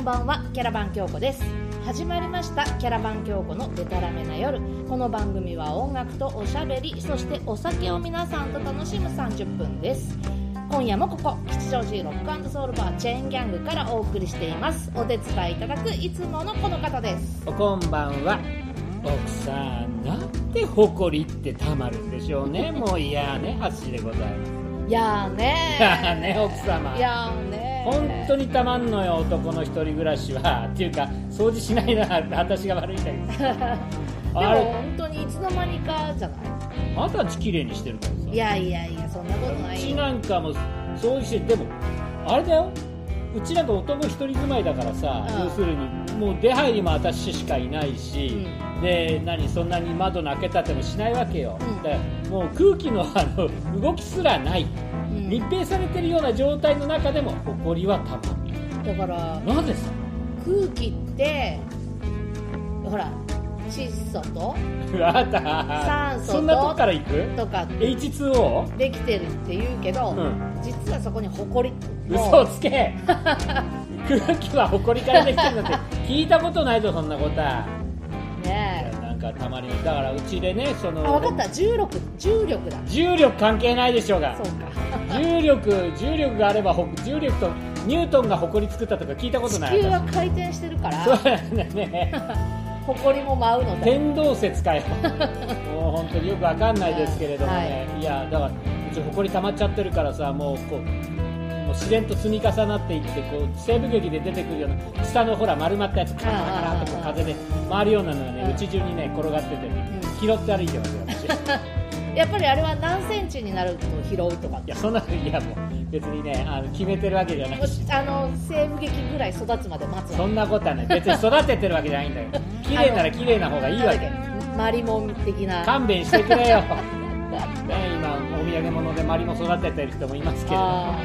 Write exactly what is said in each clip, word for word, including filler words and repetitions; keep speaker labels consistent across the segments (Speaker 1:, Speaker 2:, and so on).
Speaker 1: んばんは、キャラバン京子です。始まりましたキャラバン京子のデタラメな夜。この番組は音楽とおしゃべり、そしてお酒を皆さんと楽しむさんじゅっぷんです。今夜もここ吉祥寺ロック&ソウルバーチェーンギャングからお送りしています。お手伝いいただくいつものこの方です。
Speaker 2: こんばんは。奥さん、なんて誇りってたまるんでしょうね。もういやね発でございます。
Speaker 1: いやーね
Speaker 2: いやーね奥様、
Speaker 1: いやーね
Speaker 2: 本当にたまんのよ、男の一人暮らしは。っていうか掃除しないのは私が悪いんだけどで
Speaker 1: も本当にいつの間にかじゃない。
Speaker 2: あなたは綺麗にしてるからさ。
Speaker 1: いやいやいや、そんなことな
Speaker 2: う
Speaker 1: い。
Speaker 2: ちなんかも掃除して、でもあれだよ、うちなんか男一人住まいだからさ、
Speaker 1: うん、
Speaker 2: 要するにもう出入りも私しかいないし、うん、で何そんなに窓の開けたてもしないわけよ、うん、だからもう空気 の, あの動きすらない、うん、密閉されてるような状態の中でも埃はたまる。だからなんでさ、
Speaker 1: 空気ってほら窒素と酸素と
Speaker 2: そんなとこから行く
Speaker 1: とか
Speaker 2: エイチツーオー
Speaker 1: できてるって言うけど、うん、実はそこにホコリ。
Speaker 2: 嘘をつけ空気はホコリからできてるなんて聞いたことないぞ、そんなことはね。えなんかたまにだからうちでね、その
Speaker 1: あ、分かった、重力重力だ。
Speaker 2: 重力関係ないでしょうが。
Speaker 1: そうか
Speaker 2: 重力重力があれば、重力とニュートンがホコリ作ったとか聞いたことない。
Speaker 1: 地球は回転してるから
Speaker 2: そうだね
Speaker 1: ホコリも舞うのだ。
Speaker 2: 天動説かよもう本当によくわかんないですけれどもね、はい、いやだからうちホコリ溜まっちゃってるからさ、もうこうもう自然と積み重なっていって、こう西部劇で出てくるような下のほら丸まったやつカラカラカラとこう風で回るようなのがね、うち中にね転がっててね、うん、拾って歩いてますよ私
Speaker 1: やっぱりあれは何センチになると拾うとか。
Speaker 2: いやそんな、いやもう別にね、あの決めてるわけじゃないし、
Speaker 1: あの西部劇ぐらい育つまで待つ。
Speaker 2: そんなことはね、別に育ててるわけじゃないんだよ綺麗なら綺麗な方がいいわけ。
Speaker 1: マリモン的な。
Speaker 2: 勘弁してくれよね、今お土産物でマリモ育ててる人もいますけれども、はい、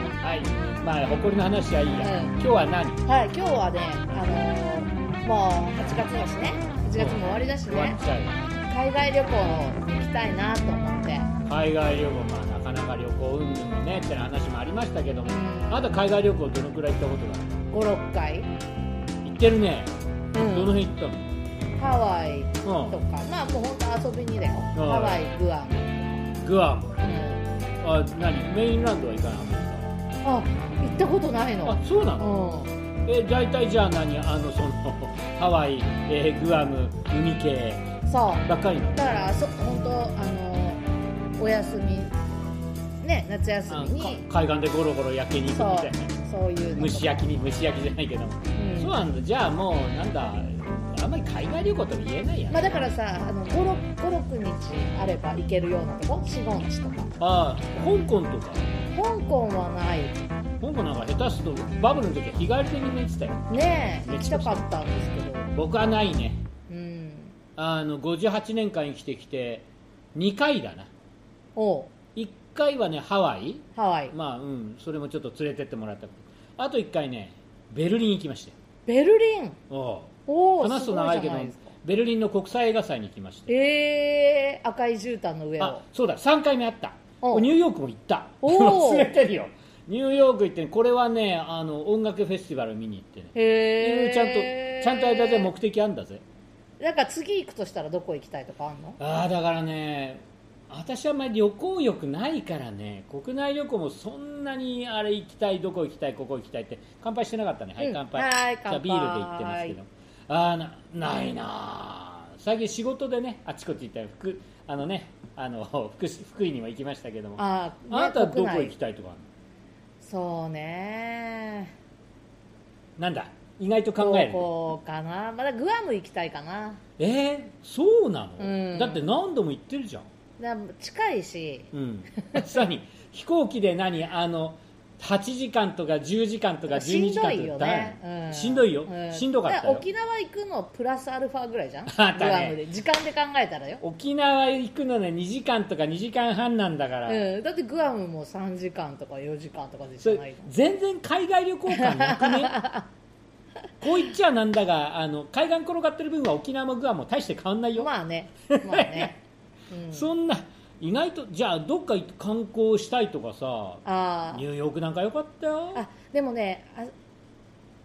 Speaker 2: まあ誇りの話はいいや、うん、今日は何。
Speaker 1: はい、今日はね、あのー、もうはちがつだしね、はちがつも終わりだしね、終わっちゃう。海外旅行行きたいなと思って。海
Speaker 2: 外旅行、まあなかなか旅行うんぬんもねって話もありましたけども、うん、あなた海外旅行どのくらい行ったことがある？
Speaker 1: ごろっかい
Speaker 2: 行ってるね、うん、どの辺行ったの？
Speaker 1: ハワイとか、うん、まあもう本当遊びにだよ。ハワイ、グアム。
Speaker 2: グアム、うん、あ、何メインランドは行かない？
Speaker 1: あ、行ったことないの。
Speaker 2: あ、そうなの？うん、え、大体じゃあ何、あのそのハワイ、えー、グアム、海系
Speaker 1: そう
Speaker 2: ばっかりの。
Speaker 1: だからそ本当あのお休みね、夏休みに
Speaker 2: 海岸でゴロゴロ焼きに行くみたいな。
Speaker 1: そういうの
Speaker 2: 蒸し焼きに蒸し焼きじゃないけど、うん、そうなんだ。じゃあもうなんだ、あんまり海外旅行と言えないやん。
Speaker 1: まあだからさ、あのご、ろくにちあれば行けるようなとこ、よん、ごにちとか。
Speaker 2: ああ、香港とか。
Speaker 1: 香港はない。
Speaker 2: 香港なんか下手するとバブルの時は日帰りでみんな行ってたよ
Speaker 1: ねえ、行きたかったんですけど
Speaker 2: 僕はないね。
Speaker 1: うん、
Speaker 2: あのごじゅうはちねんかん生きてきてにかいだな。
Speaker 1: おう、
Speaker 2: いっかいはねハワイ、
Speaker 1: ハワイ、
Speaker 2: まあうん、それもちょっと連れてってもらった。あといっかいねベルリン行きましたよ。
Speaker 1: ベルリン。
Speaker 2: お
Speaker 1: お、
Speaker 2: 話すと長いけどベルリンの国際映画祭に行きました。
Speaker 1: えー、赤い絨毯の上を。
Speaker 2: あ、そうだ、さんかいめあった。ニューヨークも行った。忘れてるよ。ニューヨーク行って、ね、これはね、あの音楽フェスティバル見に行ってね、
Speaker 1: へー、
Speaker 2: ちゃんとちゃんと間で目的あんだぜ。
Speaker 1: なんか次行くとしたらどこ行きたいとかあんの？
Speaker 2: ああ、だからね、私はあんまり旅行欲ないからね、国内旅行もそんなにあれ行きたい、どこ行きたい、ここ行きたいって乾杯してなかったね。はい、乾杯。
Speaker 1: うん、はい乾杯。
Speaker 2: じゃあビールで行ってますけど、ああ な, ないな。最近仕事でねあちこち行ったら福あのねあの 福, 福井にも行きましたけども、
Speaker 1: あ、ね、
Speaker 2: あなたはどこ行きたいとかあるの？
Speaker 1: そうね、
Speaker 2: なんだ意外と考える。
Speaker 1: どこかな、まだグアム行きたいかな。
Speaker 2: えー、そうなの、
Speaker 1: うん、
Speaker 2: だって何度も行ってるじゃん。
Speaker 1: だ近いし、
Speaker 2: うん、さらに飛行機で何あのはちじかんとかじゅうじかんとかじゅうにじかんとか
Speaker 1: しんどいよね、うん、
Speaker 2: しんどいよ、うん、しんどかったよ。
Speaker 1: 沖縄行くのプラスアルファぐらいじゃん
Speaker 2: あったね、
Speaker 1: グアムで時間で考えたらよ。
Speaker 2: 沖縄行くのねにじかんとかにじかんはんなんだから、
Speaker 1: うん、だってグアムもさんじかんとかよじかんとかでしょないの。
Speaker 2: 全然海外旅行感なくねこう言っちゃなんだが、あの海岸転がってる分は沖縄もグアムも大して変わんないよ。
Speaker 1: まあね、まあね、
Speaker 2: うん、そんな意外とじゃあどっか行って観光したいとかさ、
Speaker 1: あ
Speaker 2: ニューヨークなんか良かったよ。
Speaker 1: あ、でもね、あ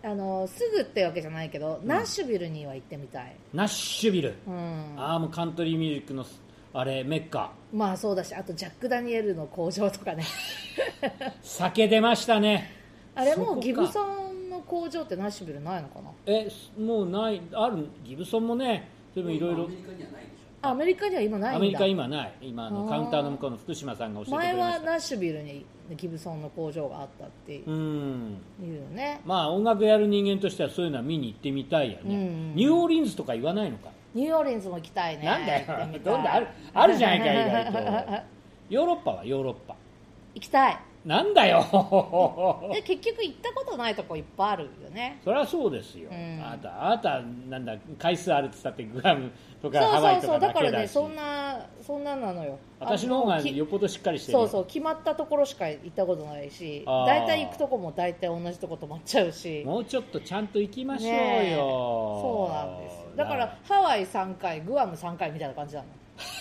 Speaker 1: あのすぐってわけじゃないけど、うん、ナッシュビルには行ってみたい。
Speaker 2: ナッシュビル、
Speaker 1: うん、
Speaker 2: ああもうカントリーミュージックのあれメッカ。
Speaker 1: まあそうだし、あとジャック・ダニエルの工場とかね
Speaker 2: 酒出ましたね。
Speaker 1: あれもうギブソンの工場ってナッシュビルないのかな。
Speaker 2: えもうないある。ギブソンもねでもいろいろ
Speaker 1: アメリカには今ないんだ。
Speaker 2: アメリカ今ない。今のカウンターの向こうの福島さんが教えてくれました。
Speaker 1: 前はナッシュビルにギブソンの工場があったっていう、うん、いうよね。
Speaker 2: まあ音楽やる人間としてはそういうのは見に行ってみたいよね、うん、ニューオーリンズとか言わないのか。
Speaker 1: ニューオーリンズも行きたいね。
Speaker 2: なんだよどんどんあるあるじゃないか意外とヨーロッパはヨーロッパ
Speaker 1: 行きたい。
Speaker 2: なんだよ
Speaker 1: で結局行ったことないとこいっぱいあるよね。
Speaker 2: そりゃそうですよ、うん、あなたあなたなんだ回数あるって言ったってグアムとかハワイとかだけだし。そうそうそうだからねそんなそんななのよ。私の方がよっぽどしっかりしてる。
Speaker 1: そうそう決まったところしか行ったことないし、大体行くとこも大体同じとこ泊まっちゃうし。
Speaker 2: もうちょっとちゃんと行きましょうよ、ね、
Speaker 1: そうなんです。だからハワイさんかいグアムさんかいみたいな感じなの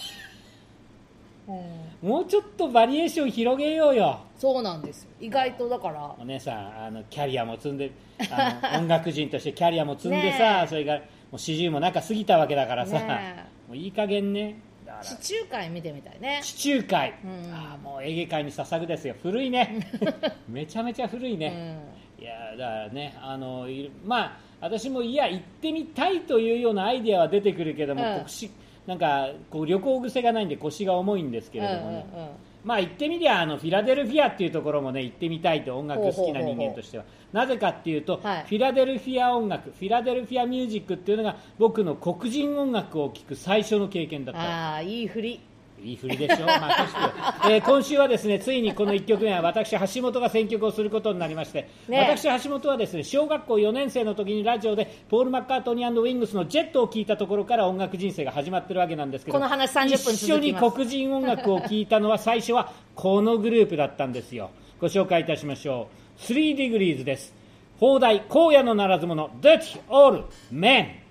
Speaker 2: うん、もうちょっとバリエーション広げようよ。
Speaker 1: そうなんですよ意外と。だから
Speaker 2: お姉さんあのキャリアも積んであの音楽人としてキャリアも積んでさそれがもうよんじゅうもなんか過ぎたわけだからさ、ね、もういい加減ね。
Speaker 1: だから地中海見てみたいね。
Speaker 2: 地中海、うん、あもうエーゲ海に捧ぐですよ。古いねめちゃめちゃ古いね、うん、いやだからねあのまあ私もいや行ってみたいというようなアイデアは出てくるけども、うん、なんかこう旅行癖がないんで腰が重いんですけれどもね、うんうんうん、まあ行ってみりゃあのフィラデルフィアっていうところもね行ってみたいと音楽好きな人間としては。なぜかっていうと、はい、フィラデルフィア音楽フィラデルフィアミュージックっていうのが僕の黒人音楽を聴く最初の経験だった。
Speaker 1: ああいい振り
Speaker 2: いい振りでしょ、まあえー、今週はですねついにこのいっきょくめは私橋本が選曲をすることになりまして、ね、私橋本はですね小学校よねん生の時にラジオでポール・マッカートニー&ウィングスのジェットを聴いたところから音楽人生が始まってるわけなんですけど、
Speaker 1: この話さんじゅっぷん続きます。
Speaker 2: 一緒に黒人音楽を聴いたのは最初はこのグループだったんですよ。ご紹介いたしましょう。スリーディグリーズです。放題荒野のならず者 Dirty Old Men。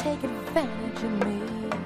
Speaker 3: taking advantage of me.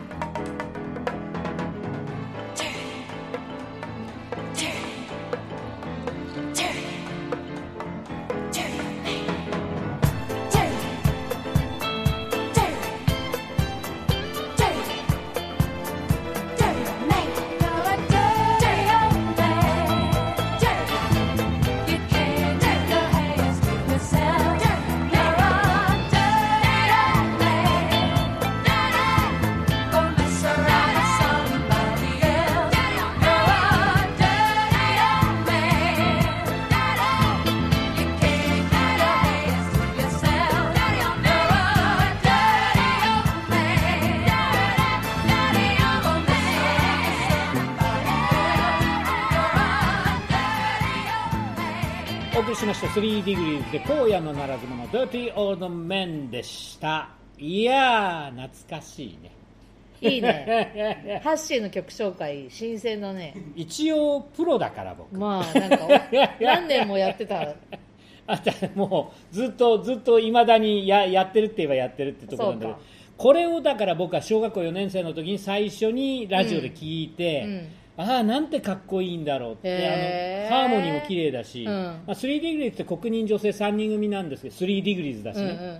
Speaker 2: お送りしましたスリーディグリーズで荒野のならず者 Dirty Old Men でした。いやー懐かしいね。
Speaker 1: いいね。ハッシーの曲紹介新鮮だね。
Speaker 2: 一応プロだから僕。
Speaker 1: まあなんか何年もやってた。
Speaker 2: あたもうずっとずっといまだに や, やってるって言えばやってるってところなんだけど、これをだから僕は小学校よねん生の時に最初にラジオで聞いて、うんうんああなんてかっこいいんだろうってあのハーモニーも綺麗だし、うんまあ、スリーディグリーズって国人女性さんにん組なんですけどスリーディグリーズだしね、うんうんうんうん、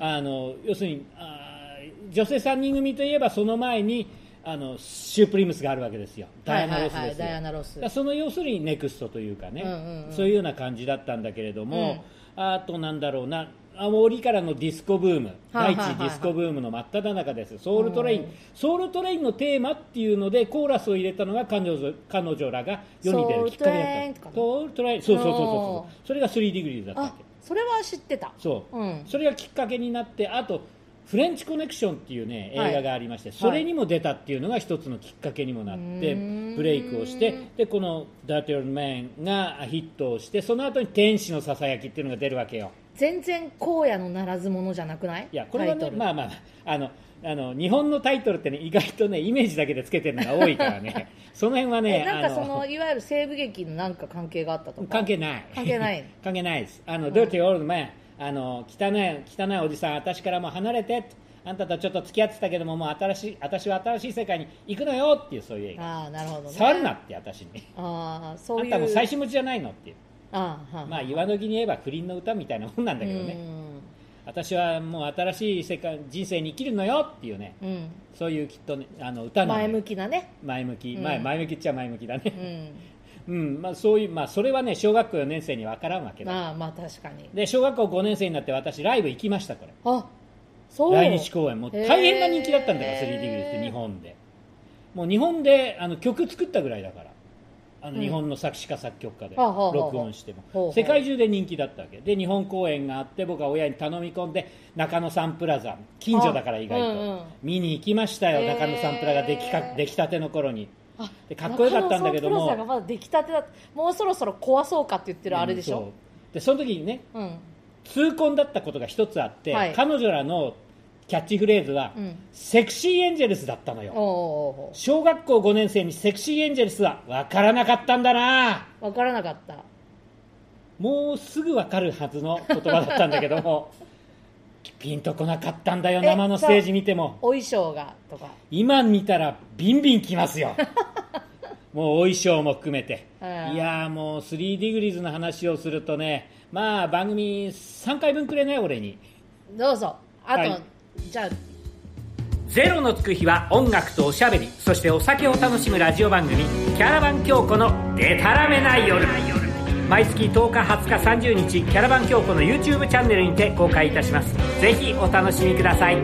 Speaker 2: あの要するにあ女性さんにん組といえばその前にあのシュープリムスがあるわけですよ。ダイアナロスですよ、はいはいはい、ダイアナロスその要するにネクストというかね、うんうんうん、そういうような感じだったんだけれども、うん、あとなんだろうな折からのディスコブーム、第一次ディスコブームの真っ只中です。ソウルトレイン、ソウルトレインのテーマっていうのでコーラスを入れたのが彼女、彼女らが世に出るきっかけだった。ソウルトレイン、そうそうそうそう、それがスリーディグリーズだったわけ。
Speaker 1: それは知ってた。
Speaker 2: そう、うん、それがきっかけになって、あとフレンチコネクションっていうね映画がありまして、はい、それにも出たっていうのが一つのきっかけにもなって、はい、ブレイクをして、でこのダーティーオールドメンがヒットをして、その後に天使のささやきっていうのが出るわけよ。
Speaker 1: 全然荒野のならず者じゃなくない？
Speaker 2: いやこれはねまあまああのあの日本のタイトルってね意外とねイメージだけでつけてるのが多いからねその辺はね
Speaker 1: なんかそのいわゆる西部劇のなんか関係があったとか
Speaker 2: 関係ない
Speaker 1: 関係ない
Speaker 2: 関係ないです。あの、うん、Dirty Old Man あの汚い汚いおじさん私からもう離れてあんたとちょっと付き合ってたけどももう新しい私は新しい世界に行くのよっていうそういう映画。
Speaker 1: あなるほど、ね、
Speaker 2: 触るなって私に
Speaker 1: あそういう
Speaker 2: あんたもう妻子持ちじゃないのっていう
Speaker 1: あは
Speaker 2: まあ岩の木に言えば不倫の歌みたいなもんなんだけどね、私はもう新しい世界人生に生きるのよっていうね、うん、そういうきっと、ね、あの歌なの
Speaker 1: 前向きなね
Speaker 2: 前向き、うん、前, 前向きっちゃ前向きだね、うんうんまあ、そういう、まあ、それはね小学校よねん生に分からんわけだ。
Speaker 1: あまあ確かに。で
Speaker 2: 小学校ごねん生になって私ライブ行きました。これ
Speaker 1: あそう
Speaker 2: 来日公演もう大変な人気だったんだからスリーディグリーズって日本でもう日本であの曲作ったぐらいだからあの日本の作詞家作曲家で録音しても世界中で人気だったわけで、日本公演があって僕は親に頼み込んで中野サンプラザ近所だから意外と、うんうん、見に行きましたよ。中野サンプラができか出来たての頃にでかっこよかったんだけども、
Speaker 1: 中野サンプラザがまだ出来たてだもうそろそろ壊そうかって言ってるあれでしょ、うん、そ
Speaker 2: でその時にね、うん、痛恨だったことが一つあって、はい、彼女らのキャッチフレーズは、うん、セクシーエンジェルスだったのよ。おうおうおう小学校ごねん生にセクシーエンジェルスは分からなかったんだな。
Speaker 1: 分からなかった。
Speaker 2: もうすぐ分かるはずの言葉だったんだけどもピンとこなかったんだよ。生のステージ見ても
Speaker 1: お衣装がとか
Speaker 2: 今見たらビンビンきますよもうお衣装も含めていやもうスリーディグリーズの話をするとねまあ番組さんかいぶんくれね俺に
Speaker 1: どうぞあと、はいじゃあ
Speaker 2: ゼロのつく日は音楽とおしゃべりそしてお酒を楽しむラジオ番組キャラバン京子のデタラメな夜毎月とおかはつかさんじゅうにちキャラバン京子の YouTube チャンネルにて公開いたします。ぜひお楽しみください。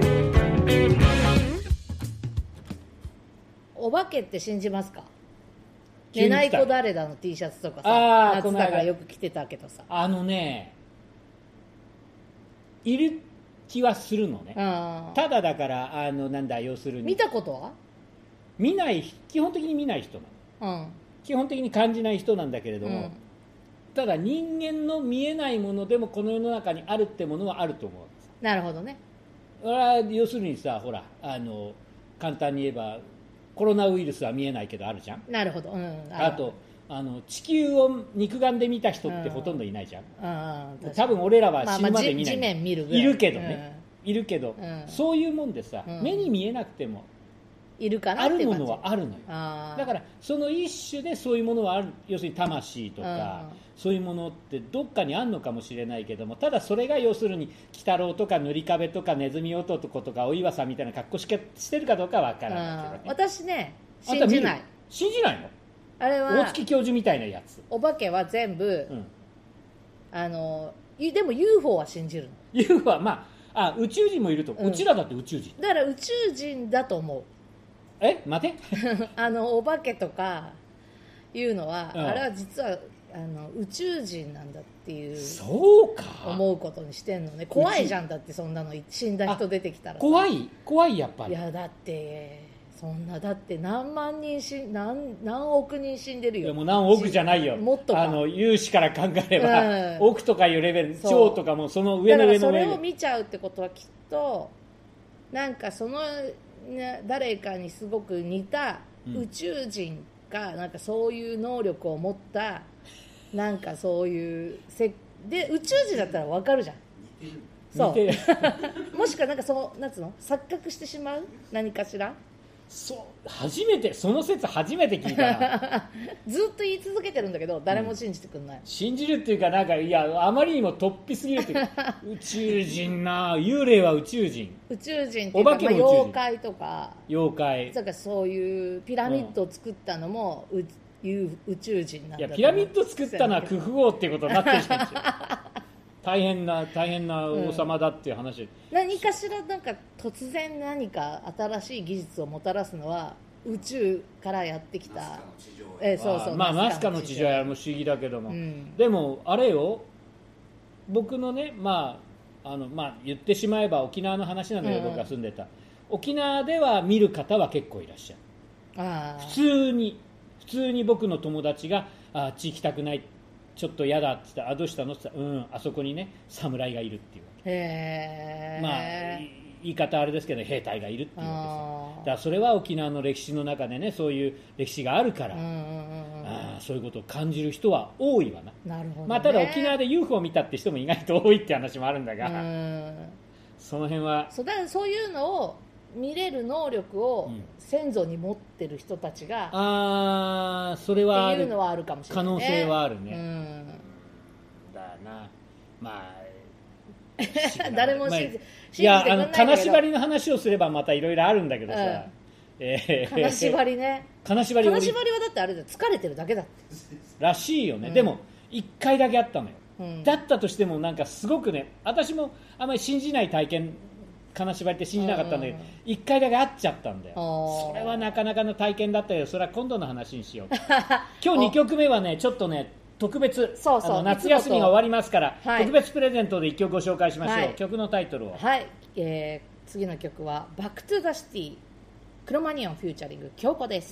Speaker 1: お化けって信じますか？寝ない子誰だの T シャツとかさ夏だからよく着てたけどさ
Speaker 2: あのねいる気はするのね。ただだからあのなんだ要するに
Speaker 1: 見たことは
Speaker 2: 見ない基本的に見ない人なの、うん、基本的に感じない人なんだけれども、うん、ただ人間の見えないものでもこの世の中にあるってものはあると思うんです。
Speaker 1: なるほどね。
Speaker 2: 要するにさほらあの簡単に言えばコロナウイルスは見えないけどあるじゃん。
Speaker 1: なるほど、うん、
Speaker 2: あとあの地球を肉眼で見た人ってほとんどいないじゃん、うん、多分俺らは死ぬまで見ない、
Speaker 1: まあまあ、地面見るぐらい
Speaker 2: いるけどね、 いるけど、
Speaker 1: うん、
Speaker 2: そういうもんでさ、
Speaker 1: うん、
Speaker 2: 目に見えなくても
Speaker 1: いるかな
Speaker 2: あるものはあるのよ。
Speaker 1: あ
Speaker 2: だからその一種でそういうものはある、要するに魂とか、うん、そういうものってどっかにあるのかもしれないけども、ただそれが要するに鬼太郎とか塗り壁とかネズミ男とかお岩さんみたいな格好ししてるかどうかは分からないけどね。
Speaker 1: 私ね信じない。
Speaker 2: 信じないの？
Speaker 1: あれは
Speaker 2: 大月教授みたいなやつ。
Speaker 1: お化けは全部、うん、あのでも ユーフォー は信じるの。
Speaker 2: ユーフォー はまあ、あ宇宙人もいると、うん、うちらだって宇宙人
Speaker 1: だから宇宙人だと思う。
Speaker 2: え待て
Speaker 1: あのお化けとかいうのは、うん、あれは実はあの宇宙人なんだっていう
Speaker 2: そうか
Speaker 1: 思うことにしてんのね。怖いじゃん。だってそんなの死んだ人出てきたら
Speaker 2: 怖い怖いやっぱり。
Speaker 1: いやだってそんなだって何万人し 何, 何億人死んでるよ。
Speaker 2: いやもう何億じゃないよ。
Speaker 1: もっとか
Speaker 2: あの有志から考えれば、うん、億とかいうレベル、兆とかもその上の上の上で。
Speaker 1: だからそれを見ちゃうってことはきっとなんかその誰かにすごく似た宇宙人がなんかそういう能力を持ったなんかそういうせで宇宙人だったら分かるじゃん。そうもしくはなんかそうなんつうの錯覚してしまう何かしら。
Speaker 2: そう初めてその説初めて聞いたな
Speaker 1: ずっと言い続けてるんだけど誰も信じてくんない、うん、
Speaker 2: 信じるっていうかなんかいやあまりにも突飛すぎるっていうか宇宙人な幽霊は宇宙人
Speaker 1: 宇宙人っていうか、まあ、妖怪とか
Speaker 2: 妖怪
Speaker 1: だからそういうピラミッドを作ったのも、うん、宇, 宇宙人なんだと思う。
Speaker 2: いやピラミッド作ったのはクフ王っていうことになってるじゃん大変な大変な王様だっていう話、うん、
Speaker 1: 何かしらなんか突然何か新しい技術をもたらすのは宇宙からやってきたえー、そうそう
Speaker 2: まあナスカの地上絵も不思議だけども、うん、でもあれよ僕のねまああのまあ言ってしまえば沖縄の話なんだけど、うん、僕が住んでた沖縄では見る方は結構いらっしゃる。あ普通に普通に僕の友達があっち行きたくないちょっと嫌だって言ったらあどうしたのって言ったらうんあそこにね侍がいるっていうわけ。へまあ言い方あれですけど兵隊がいるっていうわけです。だからそれは沖縄の歴史の中でねそういう歴史があるから、うんうんうん、あそういうことを感じる人は多いわな。なるほどね。まあただ沖縄で ユーフォー を見たって人も意外と多いって話もあるんだが、うん、その辺は
Speaker 1: そうだからそういうのを見れる能力を先祖に持ってる人たちが、うん、
Speaker 2: あそれはある
Speaker 1: っていうのはあるかもしれない、ね、
Speaker 2: 可能性はあるね、
Speaker 1: うん、
Speaker 2: だなまあ
Speaker 1: 誰も信じ、
Speaker 2: まあ、いやあの金縛りの話をすればまたいろいろあるんだけどさ、うんえー、
Speaker 1: 金縛りね
Speaker 2: 金縛り
Speaker 1: 金縛りはだってあれだ疲れてるだけだって
Speaker 2: らしいよね、うん、でもいっかいだけあったのよ、うん、だったとしてもなんかすごくね私もあまり信じない体験金縛りって信じなかったんだけど、うん、いっかいだけ会っちゃったんだよ。それはなかなかの体験だったけどそれは今度の話にしよう今日にきょくめはねちょっとね特別そうそうあの夏休みが終わりますから、はい、特別プレゼントでいっきょくご紹介しましょう、はい、曲のタイトルを
Speaker 1: はい、えー、次の曲はバックトゥザシティクロマニオンフューチャリング京子です。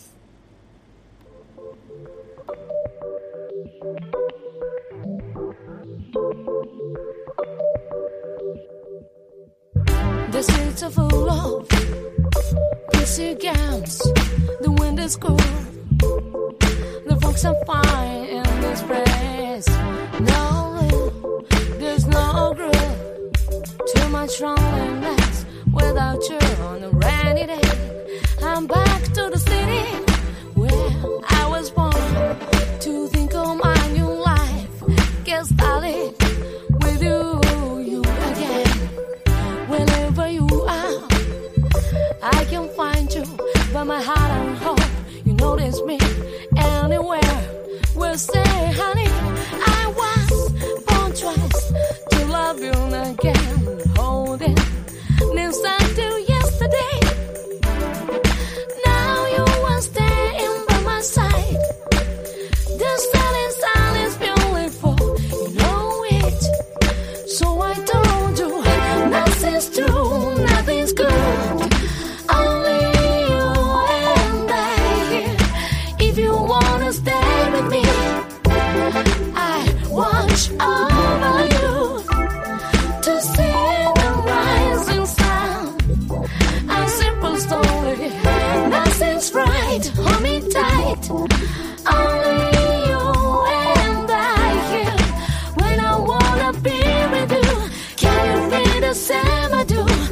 Speaker 3: The streets are full of pissy gowns. The wind is cool. The folks are fine in this place. No, there's no groove. Too much loneliness without you on a rainy day. I'm back to the city where I was born to think of my new life. Get started with you. Wherever you are, I can find you. But my heart and hope you notice me anywhere. We'll say, honey, I was born twice to love you again. Holding lives until yesterday. Now you are staying by my side. The silence, silence, beautiful. You know it. So I told you. Nothing's true, nothing's good. Only you and I here. If you wanna stay with me, I watch over you to see the rising sun. A simple story, nothing's right. Hold me tight. Only you and I here. When I wanna be with you, can you feel the same I do?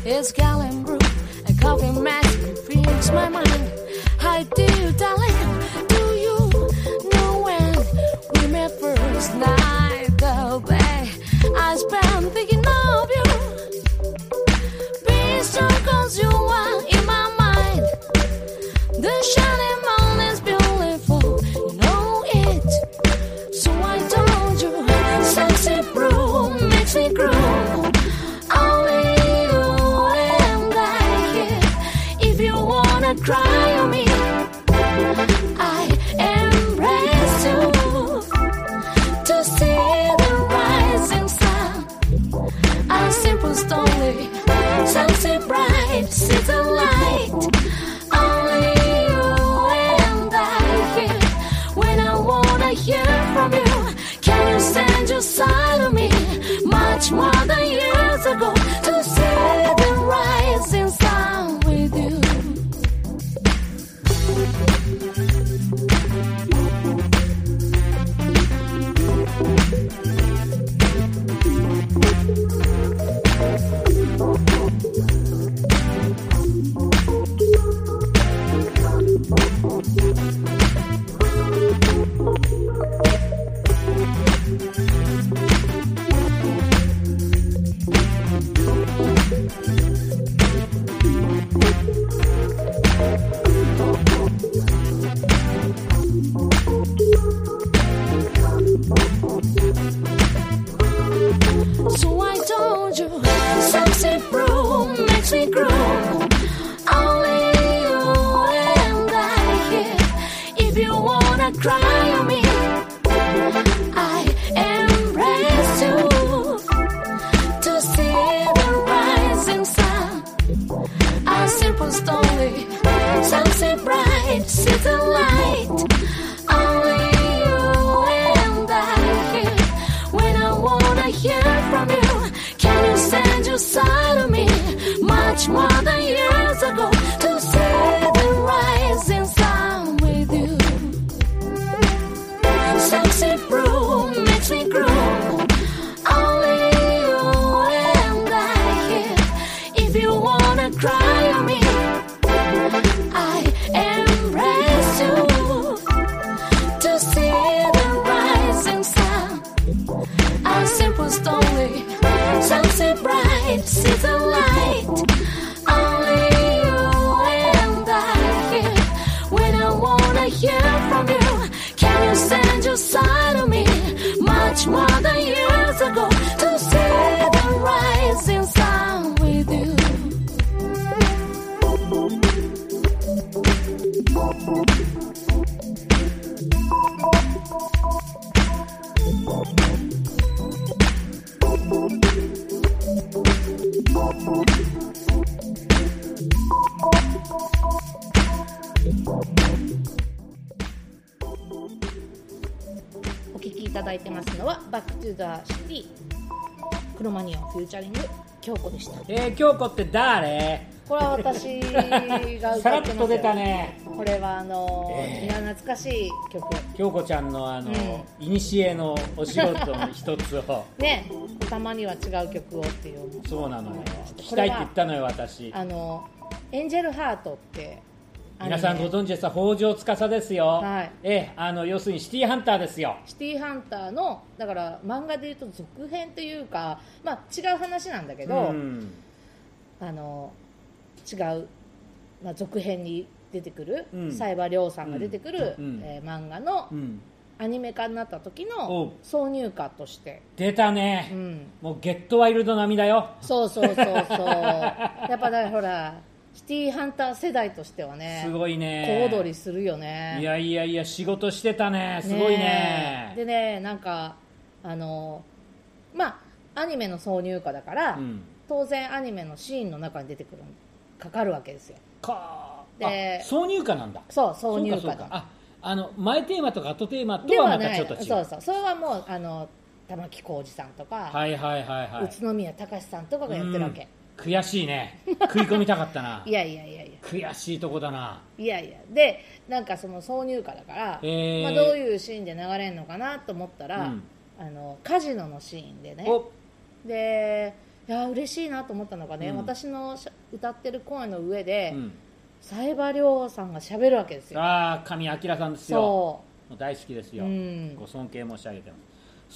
Speaker 3: It's getting brew, a coffee magic fills my mind. How do you, darling? Do you know when we met first night? The day I spent thinking of you. Be strong 'cause you are in my mind. The shining moon is beautiful, you know it. So I told you, sexy brew makes me grow. Only you and I here. If you wanna cry on me, I embrace you. To see the rising sun, a simple story, sexy bright, see the light. Only you and I here. When I wanna hear from you, can you stand your side of me? Much more than years ago, to see the rising sun with you. So I told you, sexy brew makes me grow. Only you and I here. If you wanna cry on me, I embrace you. To see the rising sun, a simple story, sexy bright, see the light. Only you and I here. When I wanna hear from you, can you stand your side of me? Much more than years ago, to see the rising sun with you. Sexy brew makes me grow. Only you and I here. If you wanna cry on me, I embrace you. To see the rising sun, a simple story, sexy bright, see the light. Only you and I here. When I wanna hear from you, can you stand your side of me? Much more than years ago, to see the rising sun with you.
Speaker 1: お聴きいただいてますのはバックトゥザシティクロマニオンフューチャリング京子でした。
Speaker 2: えー、京子って誰？
Speaker 1: これは私が歌ってますよ。
Speaker 2: さらっと出たね。
Speaker 1: これはあの、
Speaker 2: えー
Speaker 1: いや懐かしい曲
Speaker 2: 京子ちゃんのあの、いにしえのお仕事の一つを
Speaker 1: ね、たまには違う曲をっていうの
Speaker 2: そうなのよ、聞きたいって言ったのよ私。
Speaker 1: あのエンジェルハートって
Speaker 2: 皆さんご存知ですか、北条司ですよ、
Speaker 1: はい、
Speaker 2: ええ、あの要するにシティーハンターですよ。
Speaker 1: シティーハンターのだから漫画でいうと続編というか、まあ、違う話なんだけど、うん、あの違う、まあ、続編に出てくる冴羽涼さんが出てくる、うんえー、漫画のアニメ化になった時の挿入歌として
Speaker 2: 出たね、うん、もうゲットワイルド並みだよ。
Speaker 1: そうそうそうそうやっぱだほらシティーハンター世代としてはね
Speaker 2: すごいね、
Speaker 1: 小躍りするよね。
Speaker 2: いやいやいや仕事してたね、すごい ね, ね
Speaker 1: でね、なんかあのまあアニメの挿入歌だから、うん、当然アニメのシーンの中に出てくるかかるわけですよ。
Speaker 2: かで挿入歌なんだ。
Speaker 1: そう挿入歌だ。
Speaker 2: ああの前テーマとか後テーマとはまたちょっと違う。
Speaker 1: そうそう、それはもうあの玉置浩二さんとか、
Speaker 2: はいはいはいはい、
Speaker 1: 宇都宮隆さんとかがやってるわけ。
Speaker 2: 悔しいね、食い込みたかったない
Speaker 1: やいやいやいや
Speaker 2: 悔しいとこだな。
Speaker 1: いやいやでなんかその挿入歌だから、えーまあ、どういうシーンで流れるのかなと思ったら、うん、あのカジノのシーンでね、でいや嬉しいなと思ったのがね、
Speaker 2: うん、
Speaker 1: 私の歌ってる声の上で、
Speaker 2: うん、
Speaker 1: 冴羽亮さんが喋るわけですよ。
Speaker 2: ああ神明さんですよ。
Speaker 1: そう
Speaker 2: もう大好きですよ、
Speaker 1: うん、
Speaker 2: ご尊敬申し上げてます。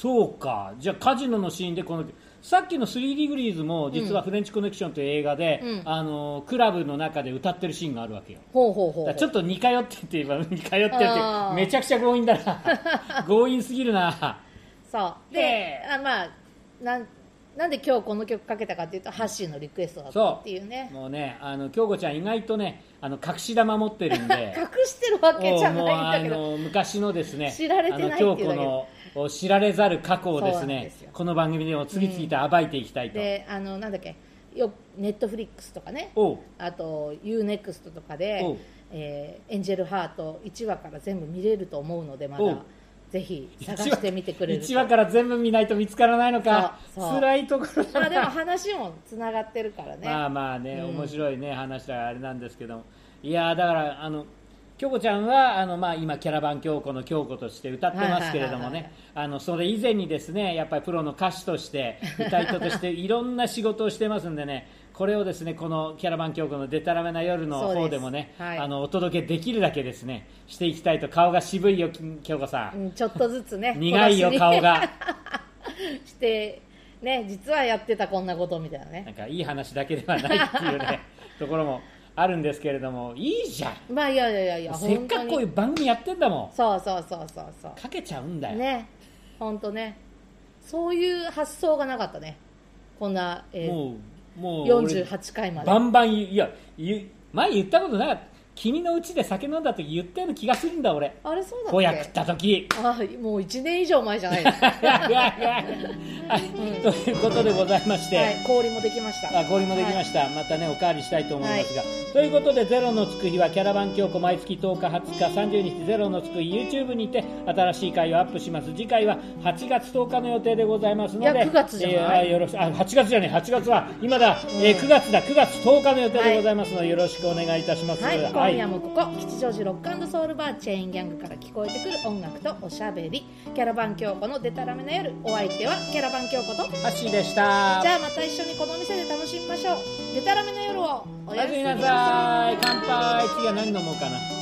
Speaker 2: そうか、じゃあカジノのシーンでこのさっきのスリーディーグリーズも実はフレンチコネクションという映画で、うん、あのクラブの中で歌ってるシーンがあるわけよ。
Speaker 1: ほうほうほうほう、
Speaker 2: ちょっと似通ってって言えば似通ってってめちゃくちゃ強引だな強引すぎるな。
Speaker 1: そうで、あ、まあなんなんで今日この曲かけたかというとハッシーのリクエストだったっていうね。
Speaker 2: もうね、あの京子ちゃん意外とねあの隠し玉持ってるんで
Speaker 1: 隠してるわけじゃないんだけど、
Speaker 2: もうあの昔のですね
Speaker 1: 知られてないっていうだけで、
Speaker 2: 京子の知られざる過去をですねこの番組でも次々と暴いていきたいと、
Speaker 1: うん、であのなんだっけよネットフリックスとかね、あと ユーネクスト とかで、えー、エンジェルハートいちわから全部見れると思うのでまだぜひ探してみてくれると。
Speaker 2: いちわから全部見ないと見つからないのか。辛いところだな。
Speaker 1: まあでも話もつながってるからね。
Speaker 2: まあまあね、うん、面白いね話はあれなんですけど、いやだからあの京子ちゃんはあの、まあ、今キャラバン京子の京子として歌ってますけれどもね、あのそれ以前にですねやっぱりプロの歌手として歌い手としていろんな仕事をしてますんでね、これをですねこのキャラバン京子のデタラメな夜の方でもね、はい、あのお届けできるだけですねしていきたいと。顔が渋いよ京子さん、
Speaker 1: うん、ちょっとずつね
Speaker 2: 苦いよ顔が
Speaker 1: してね、実はやってたこんなことみたいなね、
Speaker 2: なんかいい話だけではないっていうねところもあるんですけれども、いいじゃん。
Speaker 1: まあいやいやいや
Speaker 2: せっかくこういう番組やってんだもん。
Speaker 1: そうそうそうそうそう
Speaker 2: かけちゃうんだよ
Speaker 1: ね。本当ね、そういう発想がなかったねこんな、えー、もうもうよんじゅうはちかいまで
Speaker 2: バンバンいや前言ったことなかった。君のうちで酒飲んだ時言ったような気がするんだ俺。
Speaker 1: あれそうだっけ。
Speaker 2: 小屋食った時。
Speaker 1: あもういちねん以上前じゃないですか
Speaker 2: はい、うん、ということでございまして、
Speaker 1: はい、氷もできました。
Speaker 2: あ氷もできました、はい、またねおかわりしたいと思いますが、はい、ということでゼロのつく日はキャラバン京子毎月とおかはつかさんじゅうにちゼロのつく日 YouTube にて新しい回をアップします。次回ははちがつとおかの予定でございますので、いや
Speaker 1: くがつじゃない、
Speaker 2: えー、よろしあはちがつじゃねえはちがつは今だ、うんえー、くがつだくがつとおかの予定でございますので、はい、よろしくお願いいたします。
Speaker 1: はい、今夜もここ、はい吉祥寺ロック&ソウルバーチェーンギャングから聞こえてくる音楽とおしゃべり、キャラバン京子のデタラメな夜、お相手はキャラバン京子と
Speaker 2: ハッシーでした。
Speaker 1: じゃあまた一緒にこの店で楽しみましょう。デタラメな夜をおやすみなさい。
Speaker 2: おやすみなさい。乾杯。次は何飲もうかな。